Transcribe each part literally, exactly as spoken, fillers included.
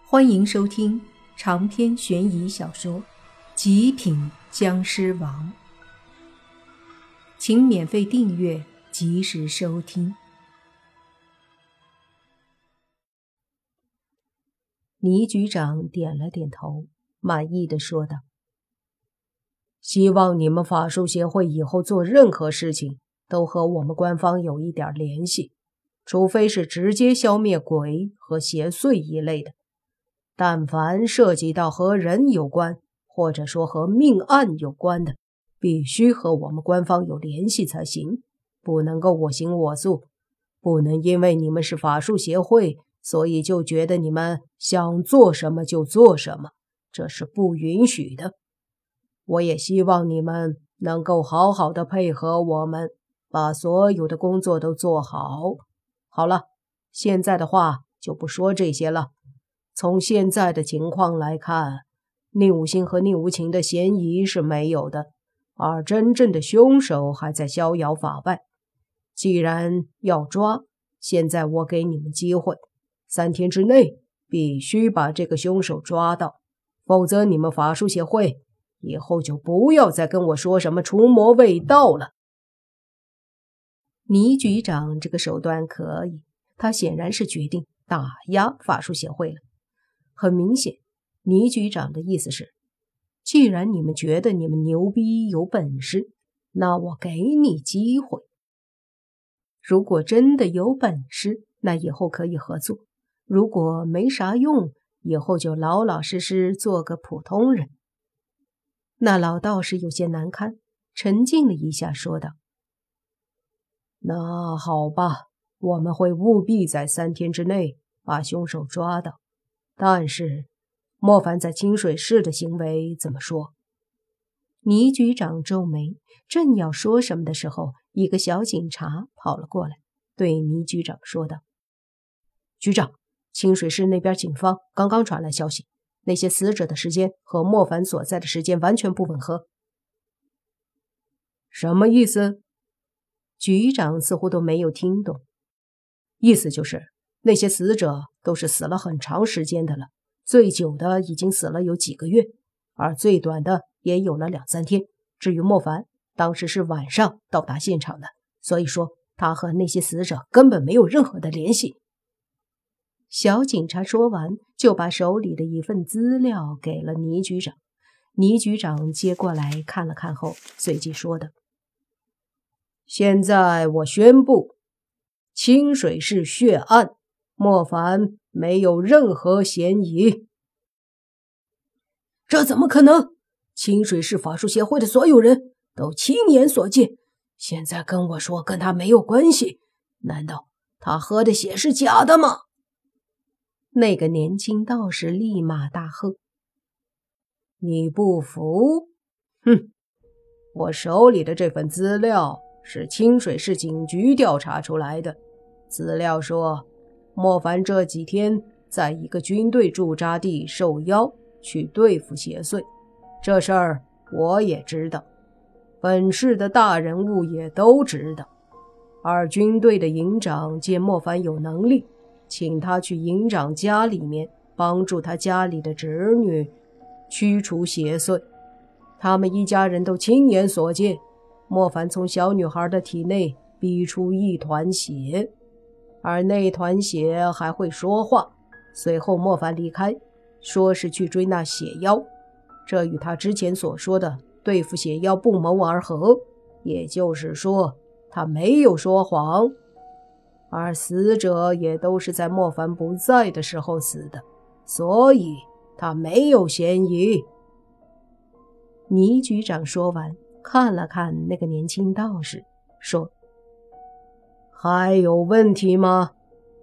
欢迎收听长篇悬疑小说《极品僵尸王》，请免费订阅，及时收听。倪局长点了点头，满意的说道： 希望你们法术协会以后做任何事情都和我们官方有一点联系，除非是直接消灭鬼和邪祟一类的，但凡涉及到和人有关，或者说和命案有关的，必须和我们官方有联系才行，不能够我行我素，不能因为你们是法术协会，所以就觉得你们想做什么就做什么，这是不允许的。我也希望你们能够好好的配合我们，把所有的工作都做好。好了，现在的话就不说这些了。从现在的情况来看，宁武星和宁无情的嫌疑是没有的，而真正的凶手还在逍遥法外。既然要抓，现在我给你们机会，三天之内必须把这个凶手抓到，否则你们法术协会以后就不要再跟我说什么除魔卫道了。 倪局长这个手段可以，他显然是决定打压法术协会了。很明显，倪局长的意思是，既然你们觉得你们牛逼有本事，那我给你机会。如果真的有本事，那以后可以合作；如果没啥用，以后就老老实实做个普通人。那老道士有些难堪，沉静了一下说道： 那好吧，我们会务必在三天之内把凶手抓到。但是莫凡在清水市的行为怎么说？ 倪局长皱眉，正要说什么的时候，一个小警察跑了过来，对倪局长说道： 局长，清水市那边警方刚刚传来消息，那些死者的时间和莫凡所在的时间完全不吻合。什么意思？ 局长似乎都没有听懂。 意思就是那些死者都是死了很长时间的了，最久的已经死了有几个月，而最短的也有了两三天。至于莫凡，当时是晚上到达现场的，所以说他和那些死者根本没有任何的联系。 小警察说完，就把手里的一份资料给了倪局长。倪局长接过来看了看后，随即说道： 现在我宣布，清水市血案，莫凡没有任何嫌疑。这怎么可能？清水市法术协会的所有人都亲眼所见，现在跟我说跟他没有关系，难道他喝的血是假的吗？ 那个年轻道士立马大喝： 你不服？哼！我手里的这份资料是清水市警局调查出来的，资料说莫凡这几天在一个军队驻扎地受邀去对付邪祟，这事儿我也知道，本市的大人物也都知道。而军队的营长见莫凡有能力，请他去营长家里面帮助他家里的侄女驱除邪祟。他们一家人都亲眼所见，莫凡从小女孩的体内逼出一团血，而那团血还会说话。随后莫凡离开，说是去追那血妖，这与他之前所说的对付血妖不谋而合，也就是说他没有说谎。而死者也都是在莫凡不在的时候死的，所以他没有嫌疑。 倪局长说完，看了看那个年轻道士，说： 还有问题吗？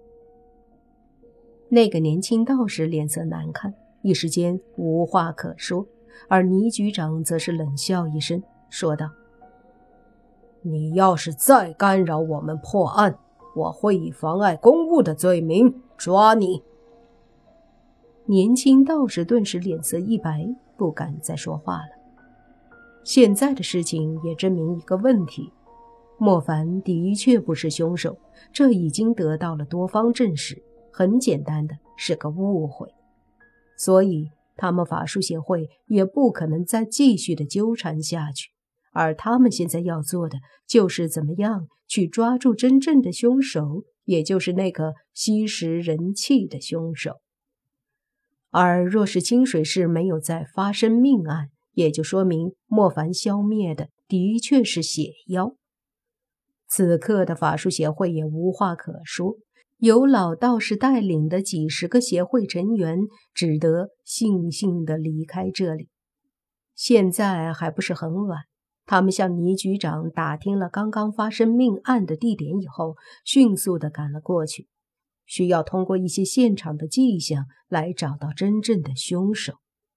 那个年轻道士脸色难看，一时间无话可说，而倪局长则是冷笑一声，说道： 你要是再干扰我们破案，我会以妨碍公务的罪名抓你。 年轻道士顿时脸色一白，不敢再说话了。现在的事情也证明一个问题，莫凡的确不是凶手，这已经得到了多方证实，很简单的是个误会。 所以他们法术协会也不可能再继续的纠缠下去，而他们现在要做的就是怎么样去抓住真正的凶手，也就是那个吸食人气的凶手。而若是清水市没有再发生命案，也就说明莫凡消灭的的确是血妖。此刻的法术协会也无话可说，由老道士带领的几十个协会成员只得悻悻地离开这里。现在还不是很晚，他们向倪局长打听了刚刚发生命案的地点以后，迅速地赶了过去，需要通过一些现场的迹象来找到真正的凶手。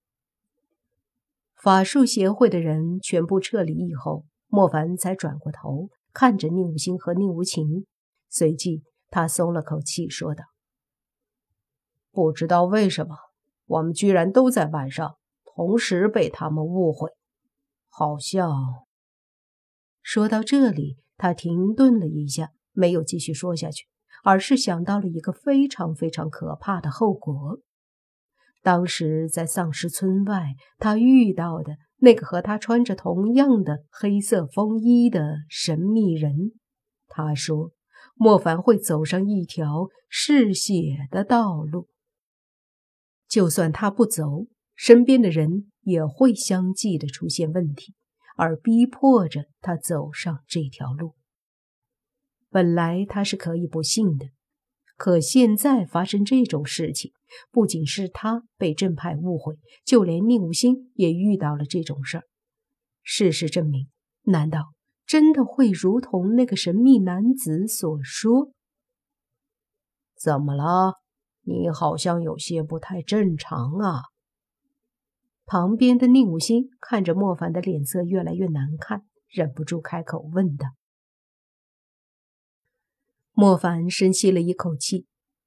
法术协会的人全部撤离以后，莫凡才转过头看着宁无心和宁无情，随即他松了口气说道：不知道为什么我们居然都在晚上同时被他们误会，好像……说到这里，他停顿了一下，没有继续说下去，而是想到了一个非常非常可怕的后果。当时在丧尸村外，他遇到的那个和他穿着同样的黑色风衣的神秘人，他说莫凡会走上一条嗜血的道路，就算他不走，身边的人也会相继的出现问题，而逼迫着他走上这条路。本来他是可以不信的，可现在发生这种事情，不仅是他被正派误会，就连宁无心也遇到了这种事儿。事实证明，难道真的会如同那个神秘男子所说？怎么了？你好像有些不太正常啊。旁边的宁无心看着莫凡的脸色越来越难看，忍不住开口问道。莫凡深吸了一口气，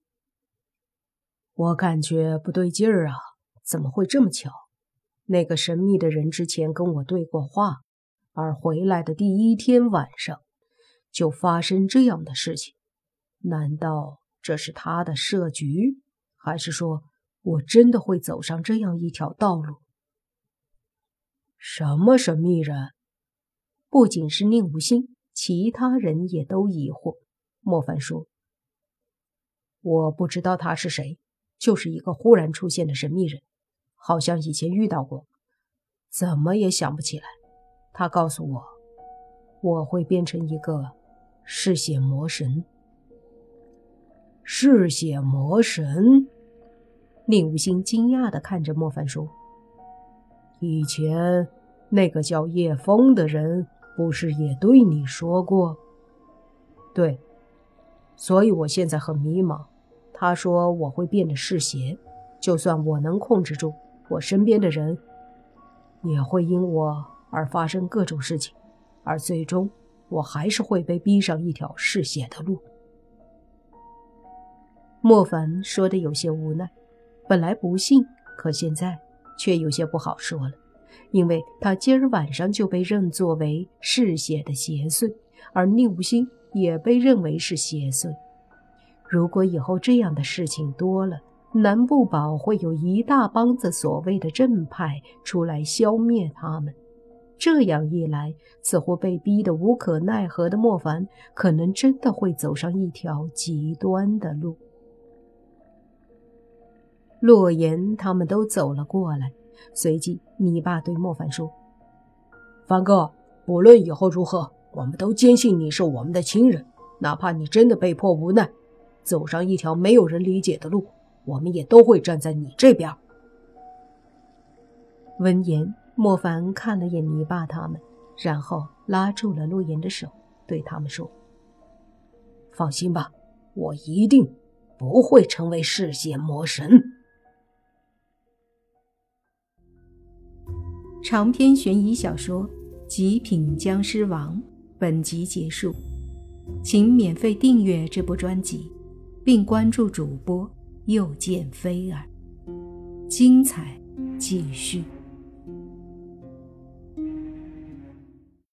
我感觉不对劲儿啊，怎么会这么巧？那个神秘的人之前跟我对过话，而回来的第一天晚上就发生这样的事情，难道这是他的设局？还是说我真的会走上这样一条道路？什么神秘人？不仅是宁无心，其他人也都疑惑。莫凡说，我不知道他是谁，就是一个忽然出现的神秘人，好像以前遇到过，怎么也想不起来。他告诉我，我会变成一个嗜血魔神。嗜血魔神？宁无心惊讶地看着莫凡说，以前那个叫叶枫的人不是也对你说过？对，所以我现在很迷茫。他说我会变得嗜血，就算我能控制住，我身边的人也会因我而发生各种事情，而最终我还是会被逼上一条嗜血的路。莫凡说的有些无奈，本来不信，可现在却有些不好说了，因为他今儿晚上就被认作为嗜血的邪祟，而宁无心也被认为是邪祟。如果以后这样的事情多了，难不保会有一大帮子所谓的正派出来消灭他们。这样一来，似乎被逼得无可奈何的莫凡，可能真的会走上一条极端的路。洛言他们都走了过来，随即你爸对莫凡说，凡哥，不论以后如何，我们都坚信你是我们的亲人，哪怕你真的被迫无奈走上一条没有人理解的路，我们也都会站在你这边。闻言，莫凡看了眼泥巴他们，然后拉住了陆言的手，对他们说，放心吧，我一定不会成为嗜血魔神。 长篇悬疑小说《极品僵尸王》本集结束，请免费订阅这部专辑，并关注主播又见菲儿，精彩继续。